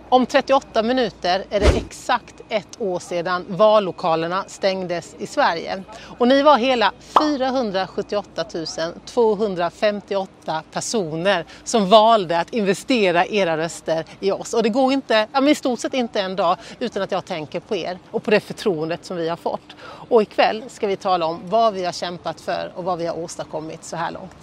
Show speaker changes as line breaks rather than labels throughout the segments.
Om 38 minuter är det exakt ett år sedan vallokalerna stängdes i Sverige. Och ni var hela 478 258 personer som valde att investera era röster i oss. Och det går inte, i stort sett inte en dag utan att jag tänker på er och på det förtroendet som vi har fått. Och ikväll ska vi tala om vad vi har kämpat för och vad vi har åstadkommit så här långt.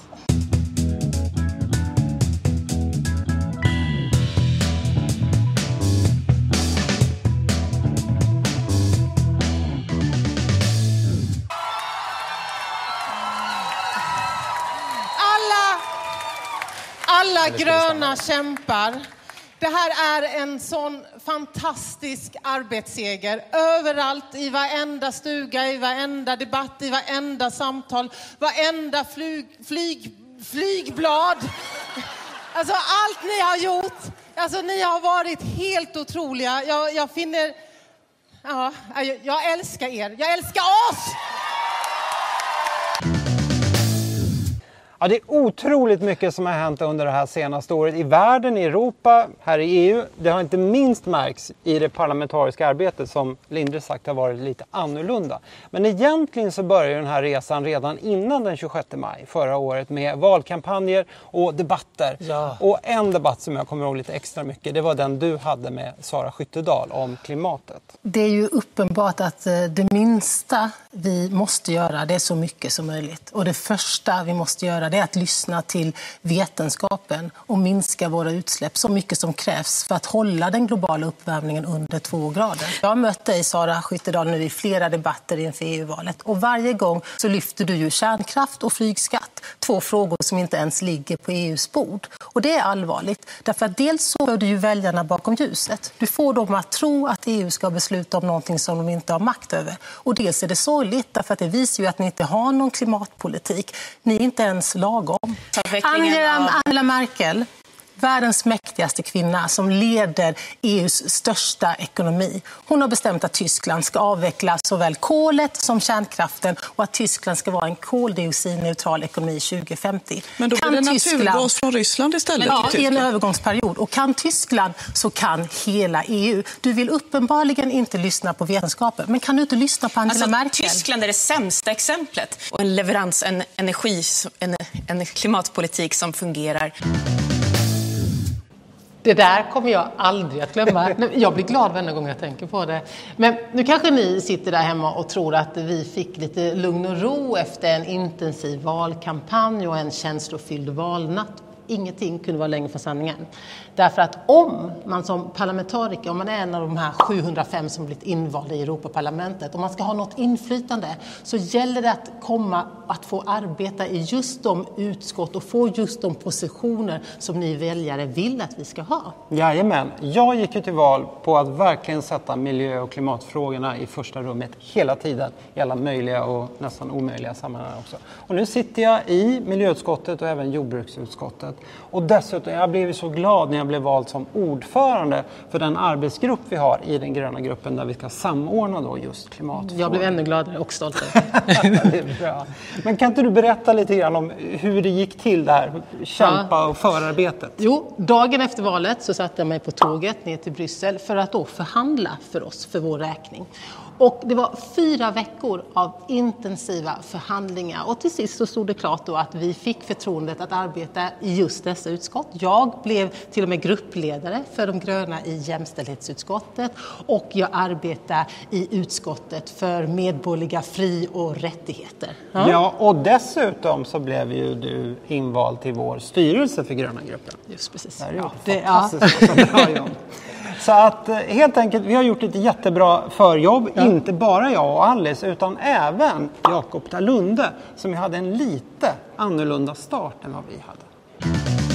Alla gröna kämpar. Det här är en sån fantastisk arbetsseger. Överallt, i varenda stuga, i varenda debatt, i varenda samtal, varenda flygblad. Alltså allt ni har gjort. Alltså ni har varit helt otroliga. Jag älskar er. Jag älskar oss!
Ja, det är otroligt mycket som har hänt under det här senaste året i världen, i Europa, här i EU. Det har inte minst märks i det parlamentariska arbetet som lindrigt sagt har varit lite annorlunda. Men egentligen så började den här resan redan innan den 26 maj förra året med valkampanjer och debatter. Ja. Och en debatt som jag kommer ihåg lite extra mycket, det var den du hade med Sara Skyttedal om klimatet.
Det är ju uppenbart att det minsta vi måste göra, det är så mycket som möjligt. Och det första vi måste göra, det är att lyssna till vetenskapen och minska våra utsläpp så mycket som krävs för att hålla den globala uppvärmningen under 2 grader. Jag har mött dig, Sara Skyttedal, nu i flera debatter inför EU-valet. Och varje gång så lyfter du ju kärnkraft och flygskatt. 2 frågor som inte ens ligger på EUs bord. Och det är allvarligt. Därför att dels så är du ju väljarna bakom ljuset. Du får dem att tro att EU ska besluta om någonting som de inte har makt över. Och dels är det sorgligt därför att det visar ju att ni inte har någon klimatpolitik. Ni är inte ens lagom. Angela Merkel, världens mäktigaste kvinna som leder EUs största ekonomi. Hon har bestämt att Tyskland ska avveckla såväl kolet som kärnkraften och att Tyskland ska vara en koldioxidneutral ekonomi 2050.
Men då blir det naturgas från Ryssland istället?
Ja, i en övergångsperiod. Och kan Tyskland så kan hela EU. Du vill uppenbarligen inte lyssna på vetenskapen. Men kan du inte lyssna på Angela Merkel?
Tyskland är det sämsta exemplet. Och en leverans, en klimatpolitik som fungerar.
Det där kommer jag aldrig att glömma. Jag blir glad varje gång jag tänker på det. Men nu kanske ni sitter där hemma och tror att vi fick lite lugn och ro efter en intensiv valkampanj och en känslofylld valnatt. Ingenting kunde vara längre från sanningen. Därför att om man som parlamentariker, om man är en av de här 705 som blivit invalda i Europaparlamentet, om man ska ha något inflytande så gäller det att få arbeta i just de utskott och få just de positioner som ni väljare vill att vi ska ha.
Jajamän, jag gick ju till val på att verkligen sätta miljö- och klimatfrågorna i första rummet hela tiden, i alla möjliga och nästan omöjliga sammanhang också. Och nu sitter jag i miljöutskottet och även jordbruksutskottet. Och dessutom, jag blev så glad när jag blev vald som ordförande för den arbetsgrupp vi har i den gröna gruppen där vi ska samordna då just klimatfrågor.
Jag blev ännu gladare och stolt.
Det är bra. Men kan inte du berätta lite grann om hur det gick till där, kämpa och förarbetet?
Jo, dagen efter valet så satte jag mig på tåget ner till Bryssel för att då förhandla för oss, för vår räkning. Och det var 4 veckor av intensiva förhandlingar. Och till sist så stod det klart då att vi fick förtroendet att arbeta i just dessa utskott. Jag blev till och med gruppledare för de gröna i jämställdhetsutskottet. Och jag arbetar i utskottet för medborgerliga fri- och rättigheter.
Ja, och dessutom så blev ju du invald till vår styrelse för gröna gruppen.
Just precis.
Det är fantastiskt bra jobb. Så att helt enkelt, vi har gjort ett jättebra förjobb. Ja. Inte bara jag och Alice utan även Jakob Dalunde som hade en lite annorlunda start än vad vi hade.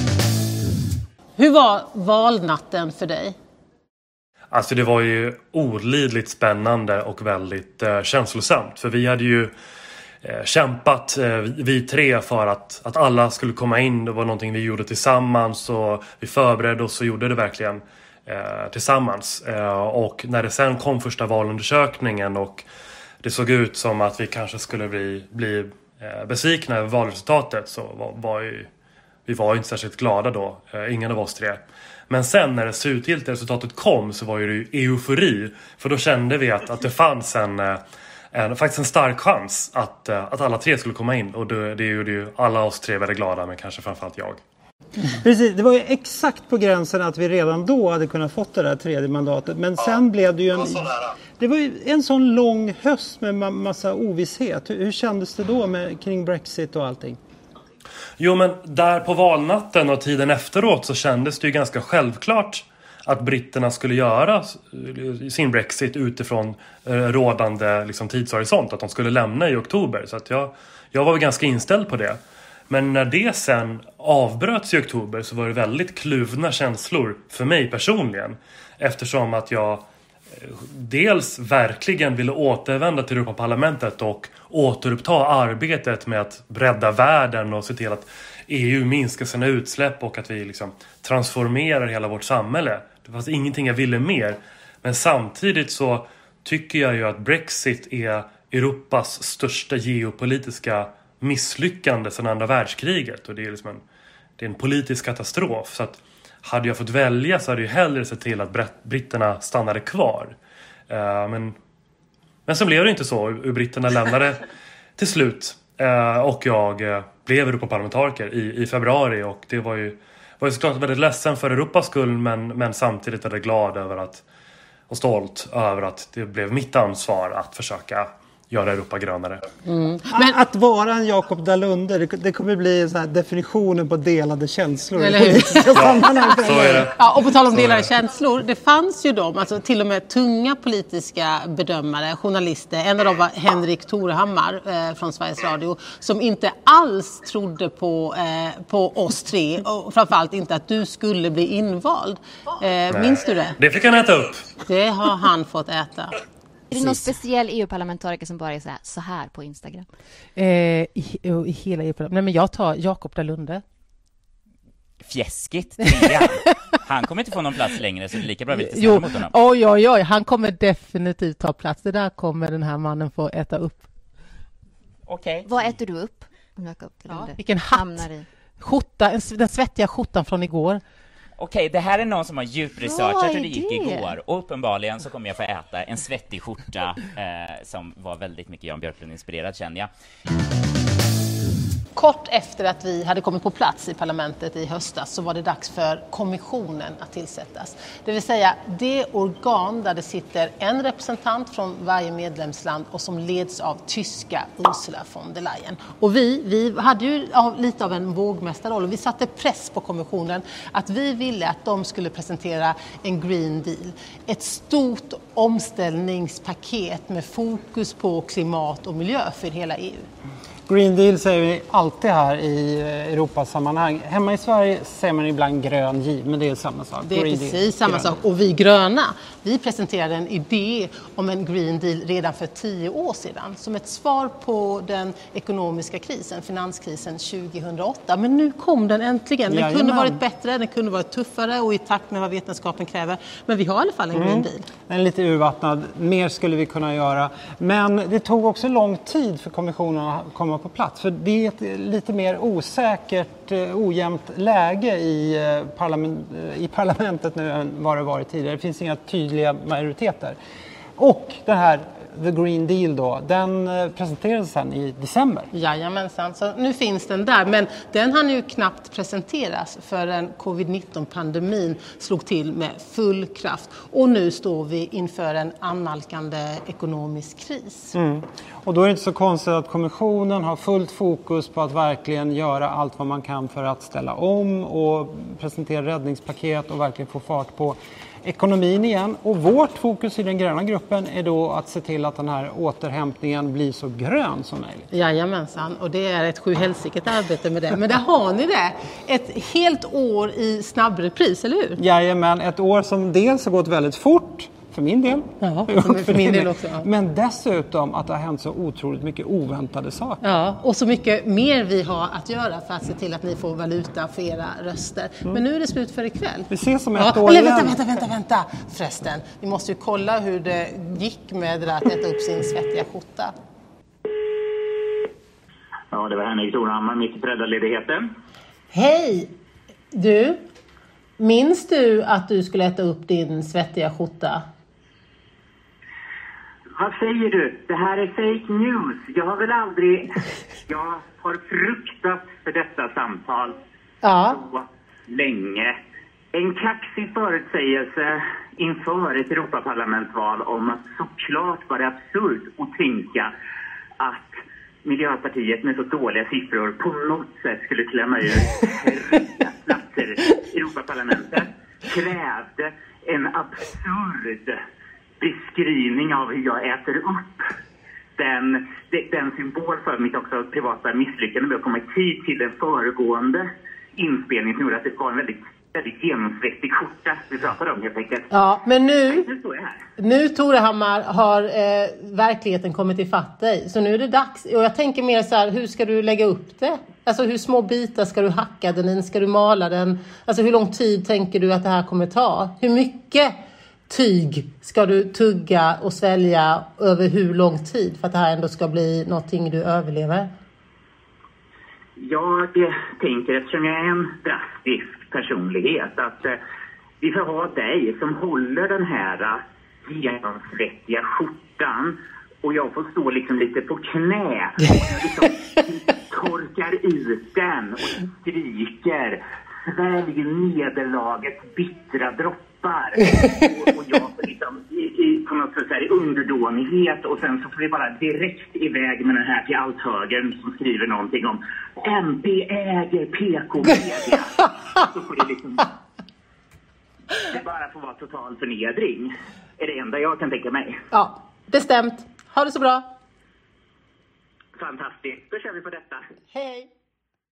Hur var valnatten för dig?
Alltså det var ju olidligt spännande och väldigt känslosamt. För vi hade ju kämpat, vi 3, för att alla skulle komma in. Det var någonting vi gjorde tillsammans och vi förberedde oss och gjorde det verkligen tillsammans. Och när det sen kom första valundersökningen och det såg ut som att vi kanske skulle bli besvikna över valresultatet så var ju vi var ju inte särskilt glada då, ingen av oss tre. Men sen när det slutgiltiga resultatet kom så var ju det eufori. För då kände vi att det fanns faktiskt en stark chans att alla tre skulle komma in. Och det gjorde ju alla oss tre väldigt glada, men kanske framförallt jag.
Precis, det var ju exakt på gränsen att vi redan då hade kunnat fått det där tredje mandatet. Men sen blev det ju det var ju en sån lång höst med massa ovisshet. Hur kändes det då kring Brexit och allting?
Jo, men där på valnatten och tiden efteråt så kändes det ju ganska självklart att britterna skulle göra sin Brexit utifrån rådande liksom, tidshorisont. Att de skulle lämna i oktober. Så att jag var ganska inställd på det. Men när det sen avbröts i oktober så var det väldigt kluvna känslor för mig personligen. Eftersom att jag dels verkligen ville återvända till Europaparlamentet och återuppta arbetet med att bredda världen och se till att EU minskar sina utsläpp och att vi liksom transformerar hela vårt samhälle. Det fanns ingenting jag ville mer. Men samtidigt så tycker jag ju att Brexit är Europas största geopolitiska misslyckande sedan andra världskriget. Och det är liksom en politisk katastrof. Så att hade jag fått välja så hade jag hellre sett till att britterna stannade kvar. Men så blev det inte så. Britterna lämnade till slut. Och jag blev Europaparlamentariker i februari. Och det var ju såklart väldigt ledsen för Europas skull. Men samtidigt väldigt glad över och stolt över att det blev mitt ansvar att försöka göra Europa grönare.
Men att vara en Jakob Dalunde, det kommer bli så här definitionen på delade känslor.
Eller hur?
Så är det.
Ja, och på tal om delade känslor, det fanns ju alltså till och med tunga politiska bedömare, journalister. En av dem var Henrik Torhammar från Sveriges Radio, som inte alls trodde på oss tre, och framförallt inte att du skulle bli invald. Minns du det?
Det fick han äta upp.
Det har han fått äta.
Är det någon speciell EU-parlamentariker som bara är så här på Instagram?
I hela EU-parlamentet. Nej, men jag tar Jakob Dalunde.
Fjäskigt. Han kommer inte få någon plats längre, så det är lika bra vi inte mot honom.
Oj, han kommer definitivt ta plats. Det där kommer den här mannen få äta upp.
Okej. Vad äter du upp? Jakob Dalunde.
Vilken hatt. Skjorta, den svettiga skjortan från igår.
Okej, det här är någon som har djupresearchat hur det gick igår. Och uppenbarligen så kommer jag få äta en svettig skjorta som var väldigt mycket Jan Björklund-inspirerad, känner jag.
Kort efter att vi hade kommit på plats i parlamentet i höstas så var det dags för kommissionen att tillsättas. Det vill säga det organ där det sitter en representant från varje medlemsland och som leds av tyska Ursula von der Leyen. Och vi hade ju lite av en vågmästarroll och vi satte press på kommissionen att vi ville att de skulle presentera en Green Deal. Ett stort omställningspaket med fokus på klimat och miljö för hela EU.
Green Deal säger vi alltid här i Europasammanhang. Hemma i Sverige säger man ibland grön giv, men det är samma sak.
Det är precis samma sak. Och vi gröna, vi presenterade en idé om en Green Deal redan för 10 år sedan. Som ett svar på den ekonomiska krisen, finanskrisen 2008. Men nu kom den äntligen. Den kunde varit bättre, den kunde varit tuffare och i takt med vad vetenskapen kräver. Men vi har i alla fall en Green Deal.
Den är lite urvattnad. Mer skulle vi kunna göra. Men det tog också lång tid för kommissionen att komma på plats. För det är ett lite mer osäkert, ojämnt läge i parlamentet nu än vad det varit tidigare. Det finns inga tydliga majoriteter. Och den här The Green Deal då, den presenterades sen i december.
Jajamensan, så nu finns den där. Men den hann ju knappt presenteras förrän covid-19-pandemin slog till med full kraft. Och nu står vi inför en annalkande ekonomisk kris.
Och då är det inte så konstigt att kommissionen har fullt fokus på att verkligen göra allt vad man kan för att ställa om och presentera räddningspaket och verkligen få fart på ekonomin igen. Och vårt fokus i den gröna gruppen är då att se till att den här återhämtningen blir så grön som möjligt.
Jajamensan, och det är ett sjuhelsiket arbete med det. Men där har ni det. Ett helt år i snabbrepris, eller hur?
Jajamän, ett år som dels har gått väldigt fort. För min del.
Ja, för min del också. Ja.
Men dessutom att det har hänt så otroligt mycket oväntade saker.
Ja, och så mycket mer vi har att göra för att se till att ni får valuta för era röster. Men nu är det slut för ikväll.
Vi ses om ett år igen.
Vänta. Förresten, vi måste ju kolla hur det gick med det där att äta upp sin svettiga skjorta.
Ja, det var Henrik Torhammar mitt i föräldraledigheten.
Hej! Du, minns du att du skulle äta upp din svettiga skjorta?
Vad säger du? Det här är fake news. Jag har väl aldrig... Jag har fruktat för detta samtal så länge. En kaxig förutsägelse inför ett Europaparlamentsval om att såklart var det absurt att tänka att Miljöpartiet med så dåliga siffror på något sätt skulle klämma ut 3 platser i Europaparlamentet. Krävde en absurd beskrivning av hur jag äter upp den symbol för mitt också privata misslyckande med att komma i tid till den föregående inspelningen som gjorde att det var en väldigt genomsvettig skjorta vi pratade om helt enkelt.
Ja, men nu Torehammar har verkligheten kommit ifatt dig. Så nu är det dags. Och jag tänker mer så här, hur ska du lägga upp det? Alltså hur små bitar ska du hacka den in? Ska du mala den? Alltså hur lång tid tänker du att det här kommer ta? Hur mycket tyg ska du tugga och svälja över hur lång tid för att det här ändå ska bli någonting du överlever?
Jag tänker, eftersom jag är en drastisk personlighet, att vi får ha dig som håller den här genomsvettiga skjortan och jag får stå liksom lite på knä och liksom torkar ut den och skriker svälj nederlagets bittra droppar och jag får liksom på något sätt här i underdånighet och sen så får vi bara direkt iväg med den här till allt högern som skriver någonting om MP äger PK-media. Så får det liksom det bara får vara total förnedring är det enda jag kan tänka mig.
Ja, bestämt. Ha det så bra.
Fantastiskt, då kör vi på detta.
Hej.